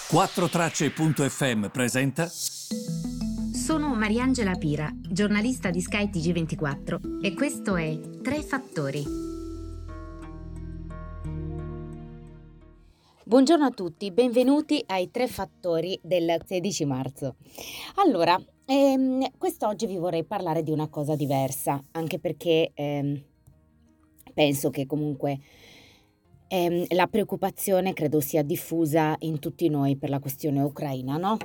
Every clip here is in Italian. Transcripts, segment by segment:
4Tracce.fm presenta. Sono Mariangela Pira, giornalista di Sky TG24 e questo è Tre Fattori. Buongiorno a tutti, benvenuti ai Tre Fattori del 16 marzo. Allora, quest'oggi vi vorrei parlare di una cosa diversa, anche perché penso che comunque la preoccupazione credo sia diffusa in tutti noi per la questione ucraina, no?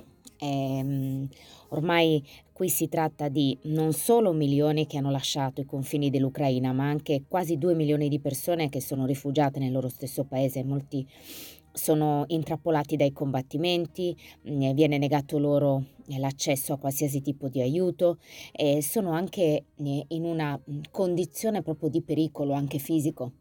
Ormai qui si tratta di non solo milioni che hanno lasciato i confini dell'Ucraina, ma anche quasi 2 milioni di persone che sono rifugiate nel loro stesso paese. Molti sono intrappolati dai combattimenti, viene negato loro l'accesso a qualsiasi tipo di aiuto e sono anche in una condizione proprio di pericolo, anche fisico.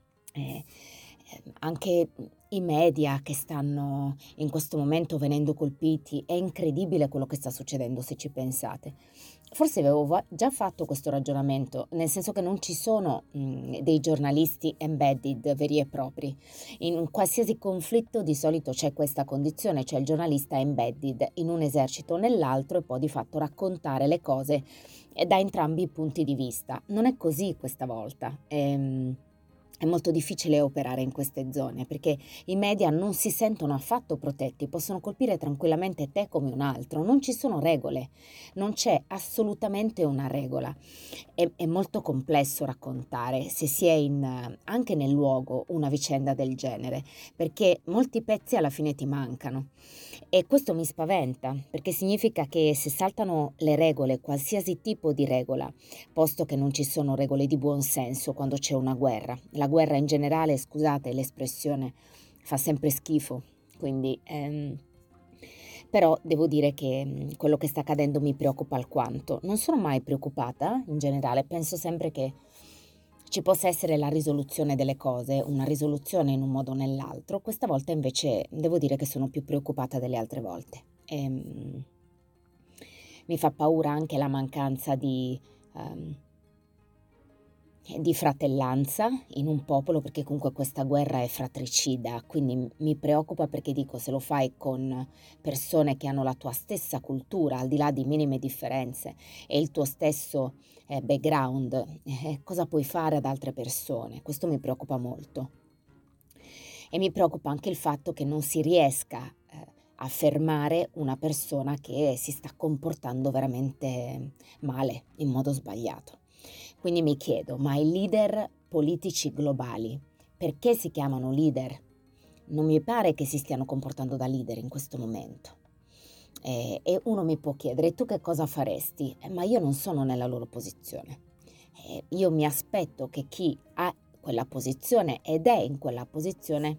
Anche i media che stanno in questo momento venendo colpiti, è incredibile quello che sta succedendo se ci pensate. Forse avevo già fatto questo ragionamento, nel senso che non ci sono dei giornalisti embedded veri e propri. In un qualsiasi conflitto di solito c'è questa condizione, cioè il giornalista è embedded in un esercito o nell'altro e può di fatto raccontare le cose da entrambi i punti di vista. Non è così questa volta. È molto difficile operare in queste zone perché i media non si sentono affatto protetti, possono colpire tranquillamente te come un altro, non ci sono regole, non c'è assolutamente una regola. È molto complesso raccontare, se si è anche nel luogo, una vicenda del genere, perché molti pezzi alla fine ti mancano e questo mi spaventa perché significa che se saltano le regole, qualsiasi tipo di regola, posto che non ci sono regole di buon senso quando c'è una guerra. La guerra in generale, scusate l'espressione, fa sempre schifo, quindi però devo dire che quello che sta accadendo mi preoccupa alquanto. Non sono mai preoccupata in generale, penso sempre che ci possa essere la risoluzione delle cose, una risoluzione in un modo o nell'altro. Questa volta invece devo dire che sono più preoccupata delle altre volte. Mi fa paura anche la mancanza di fratellanza in un popolo, perché comunque questa guerra è fratricida, quindi mi preoccupa perché dico, se lo fai con persone che hanno la tua stessa cultura, al di là di minime differenze, e il tuo stesso background, cosa puoi fare ad altre persone? Questo mi preoccupa molto. E mi preoccupa anche il fatto che non si riesca a fermare una persona che si sta comportando veramente male, in modo sbagliato. Quindi mi chiedo, ma i leader politici globali, perché si chiamano leader? Non mi pare che si stiano comportando da leader in questo momento. E uno mi può chiedere, tu che cosa faresti? Ma io non sono nella loro posizione. Io mi aspetto che chi ha quella posizione ed è in quella posizione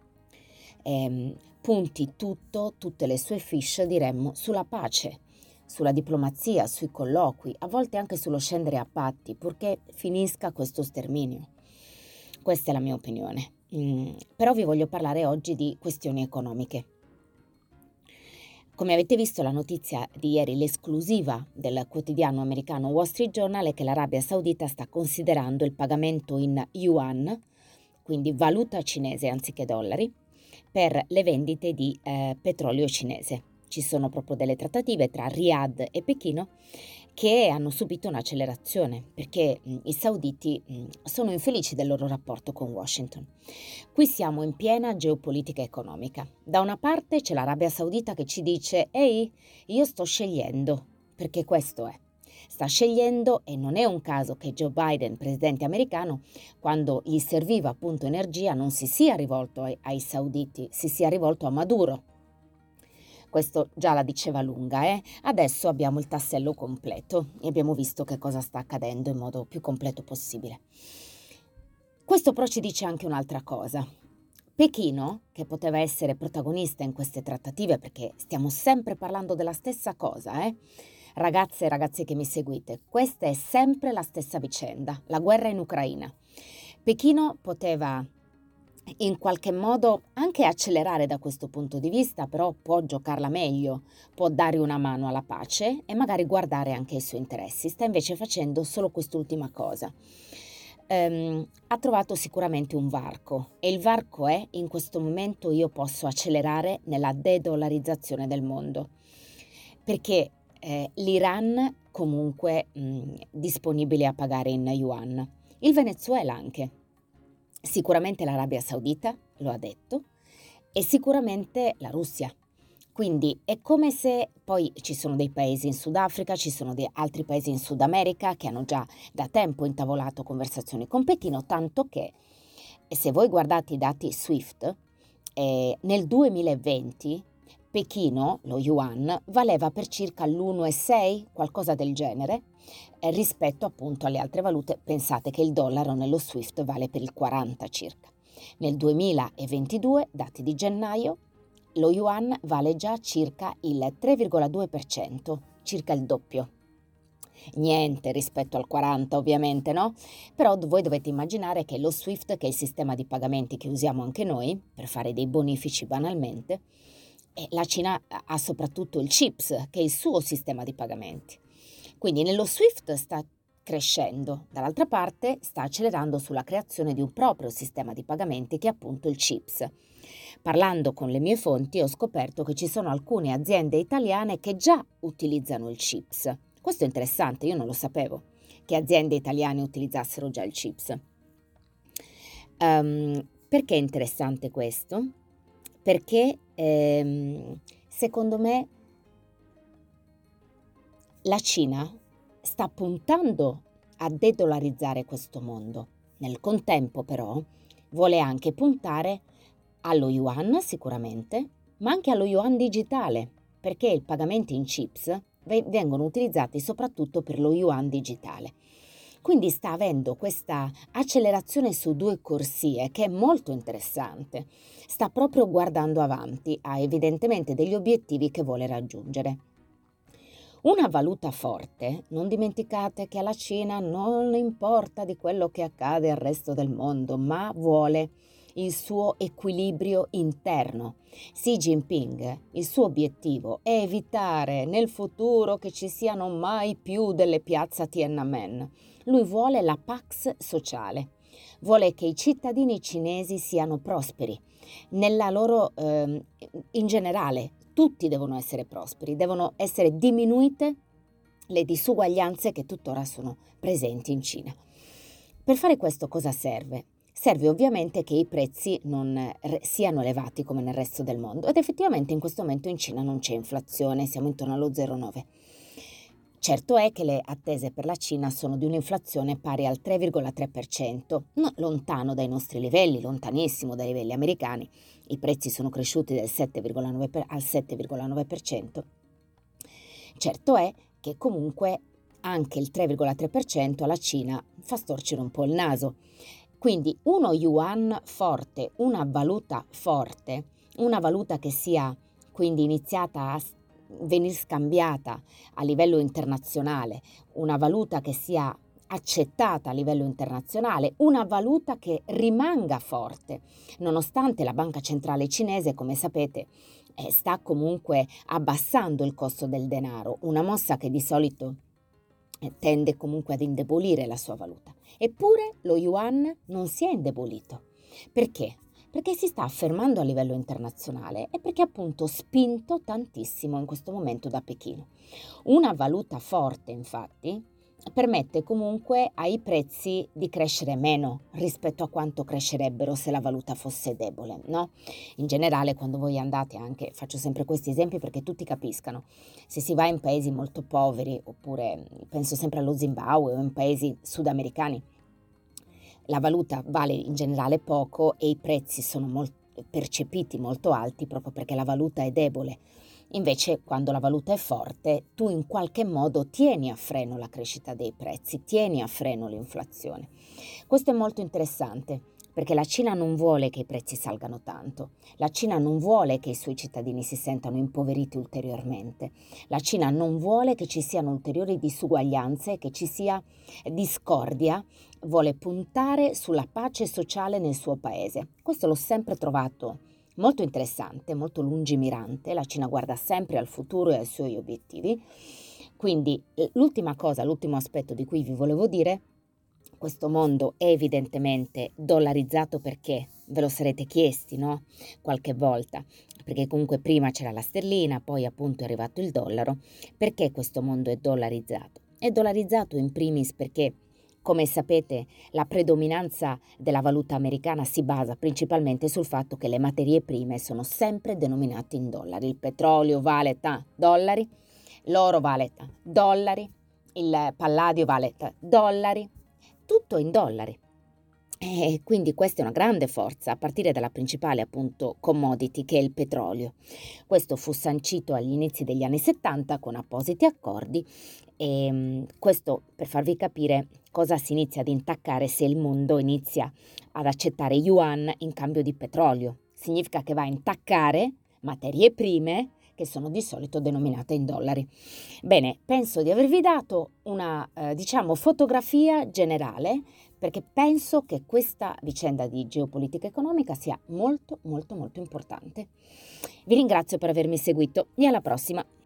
punti tutte le sue fiche, diremmo, sulla pace, sulla diplomazia, sui colloqui, a volte anche sullo scendere a patti, purché finisca questo sterminio. Questa è la mia opinione. Però vi voglio parlare oggi di questioni economiche. Come avete visto, la notizia di ieri, l'esclusiva del quotidiano americano Wall Street Journal, è che l'Arabia Saudita sta considerando il pagamento in yuan, quindi valuta cinese anziché dollari, per le vendite di petrolio cinese. Ci sono proprio delle trattative tra Riyadh e Pechino che hanno subito un'accelerazione perché i sauditi sono infelici del loro rapporto con Washington. Qui siamo in piena geopolitica economica. Da una parte c'è l'Arabia Saudita che ci dice «Ehi, io sto scegliendo», perché questo è. Sta scegliendo e non è un caso che Joe Biden, presidente americano, quando gli serviva appunto energia non si sia rivolto ai sauditi, si sia rivolto a Maduro. Questo già la diceva lunga, Adesso abbiamo il tassello completo e abbiamo visto che cosa sta accadendo in modo più completo possibile. Questo però ci dice anche un'altra cosa. Pechino, che poteva essere protagonista in queste trattative, perché stiamo sempre parlando della stessa cosa, Ragazze e ragazzi che mi seguite, questa è sempre la stessa vicenda, la guerra in Ucraina. Pechino poteva in qualche modo anche accelerare da questo punto di vista, però può giocarla meglio, può dare una mano alla pace e magari guardare anche ai suoi interessi. Sta invece facendo solo quest'ultima cosa. ha trovato sicuramente un varco e il varco è: in questo momento io posso accelerare nella de-dollarizzazione del mondo, perché l'Iran comunque disponibile a pagare in yuan, il Venezuela anche, sicuramente l'Arabia Saudita, lo ha detto, e sicuramente la Russia. Quindi è come se poi ci sono dei paesi in Sudafrica, ci sono altri paesi in Sud America che hanno già da tempo intavolato conversazioni con Pechino, tanto che se voi guardate i dati SWIFT, nel 2020 Pechino, lo yuan, valeva per circa l'1,6, qualcosa del genere, rispetto appunto alle altre valute. Pensate che il dollaro nello SWIFT vale per il 40 circa. Nel 2022, dati di gennaio, lo yuan vale già circa il 3,2%, circa il doppio. Niente rispetto al 40 ovviamente, no? Però voi dovete immaginare che lo SWIFT, che è il sistema di pagamenti che usiamo anche noi per fare dei bonifici banalmente, la Cina ha soprattutto il CHIPS, che è il suo sistema di pagamenti. Quindi nello SWIFT sta crescendo, dall'altra parte sta accelerando sulla creazione di un proprio sistema di pagamenti che è appunto il CHIPS. Parlando con le mie fonti ho scoperto che ci sono alcune aziende italiane che già utilizzano il CHIPS. Questo è interessante, io non lo sapevo, che aziende italiane utilizzassero già il CHIPS. Perché è interessante questo? Perché secondo me la Cina sta puntando a de-dollarizzare questo mondo. Nel contempo però vuole anche puntare allo yuan sicuramente, ma anche allo yuan digitale, perché i pagamenti in chips vengono utilizzati soprattutto per lo yuan digitale. Quindi sta avendo questa accelerazione su due corsie che è molto interessante. Sta proprio guardando avanti, ha evidentemente degli obiettivi che vuole raggiungere. Una valuta forte, non dimenticate che alla Cina non importa di quello che accade al resto del mondo, ma vuole il suo equilibrio interno. Xi Jinping, il suo obiettivo è evitare nel futuro che ci siano mai più delle piazze Tiananmen. Lui vuole la Pax sociale, vuole che i cittadini cinesi siano prosperi, nella loro, in generale, tutti devono essere prosperi, devono essere diminuite le disuguaglianze che tuttora sono presenti in Cina. Per fare questo cosa serve? Serve ovviamente che i prezzi non siano elevati come nel resto del mondo ed effettivamente in questo momento in Cina non c'è inflazione, siamo intorno allo 0,9. Certo è che le attese per la Cina sono di un'inflazione pari al 3,3%, lontano dai nostri livelli, lontanissimo dai livelli americani. I prezzi sono cresciuti al 7,9%. Certo è che comunque anche il 3,3% alla Cina fa storcere un po' il naso. Quindi uno yuan forte, una valuta forte, una valuta che sia quindi iniziata a venir scambiata a livello internazionale, una valuta che sia accettata a livello internazionale, una valuta che rimanga forte, nonostante la banca centrale cinese, come sapete, sta comunque abbassando il costo del denaro, una mossa che di solito tende comunque ad indebolire la sua valuta. Eppure lo yuan non si è indebolito. Perché? Perché si sta affermando a livello internazionale e perché appunto spinto tantissimo in questo momento da Pechino. Una valuta forte, infatti, permette comunque ai prezzi di crescere meno rispetto a quanto crescerebbero se la valuta fosse debole, no? In generale, quando voi andate anche, faccio sempre questi esempi perché tutti capiscano, se si va in paesi molto poveri, oppure penso sempre allo Zimbabwe o in paesi sudamericani, la valuta vale in generale poco e i prezzi sono percepiti molto alti proprio perché la valuta è debole. Invece, quando la valuta è forte, tu in qualche modo tieni a freno la crescita dei prezzi, tieni a freno l'inflazione. Questo è molto interessante perché la Cina non vuole che i prezzi salgano tanto, la Cina non vuole che i suoi cittadini si sentano impoveriti ulteriormente, la Cina non vuole che ci siano ulteriori disuguaglianze, che ci sia discordia, vuole puntare sulla pace sociale nel suo paese. Questo l'ho sempre trovato molto interessante, molto lungimirante. La Cina guarda sempre al futuro e ai suoi obiettivi. Quindi l'ultima cosa, l'ultimo aspetto di cui vi volevo dire Questo mondo è evidentemente dollarizzato perché? Ve lo sarete chiesti, no, qualche volta, perché comunque prima c'era la sterlina, poi appunto è arrivato il dollaro. Perché questo mondo è dollarizzato? È dollarizzato in primis perché, come sapete, la predominanza della valuta americana si basa principalmente sul fatto che le materie prime sono sempre denominate in dollari. Il petrolio vale dollari, l'oro vale dollari, il palladio vale dollari, tutto in dollari. E quindi questa è una grande forza, a partire dalla principale appunto commodity che è il petrolio. Questo fu sancito agli inizi degli anni 70 con appositi accordi e questo per farvi capire cosa si inizia ad intaccare se il mondo inizia ad accettare yuan in cambio di petrolio. Significa che va a intaccare materie prime che sono di solito denominate in dollari. Bene, penso di avervi dato una, diciamo, fotografia generale perché penso che questa vicenda di geopolitica economica sia molto, molto, molto importante. Vi ringrazio per avermi seguito e alla prossima.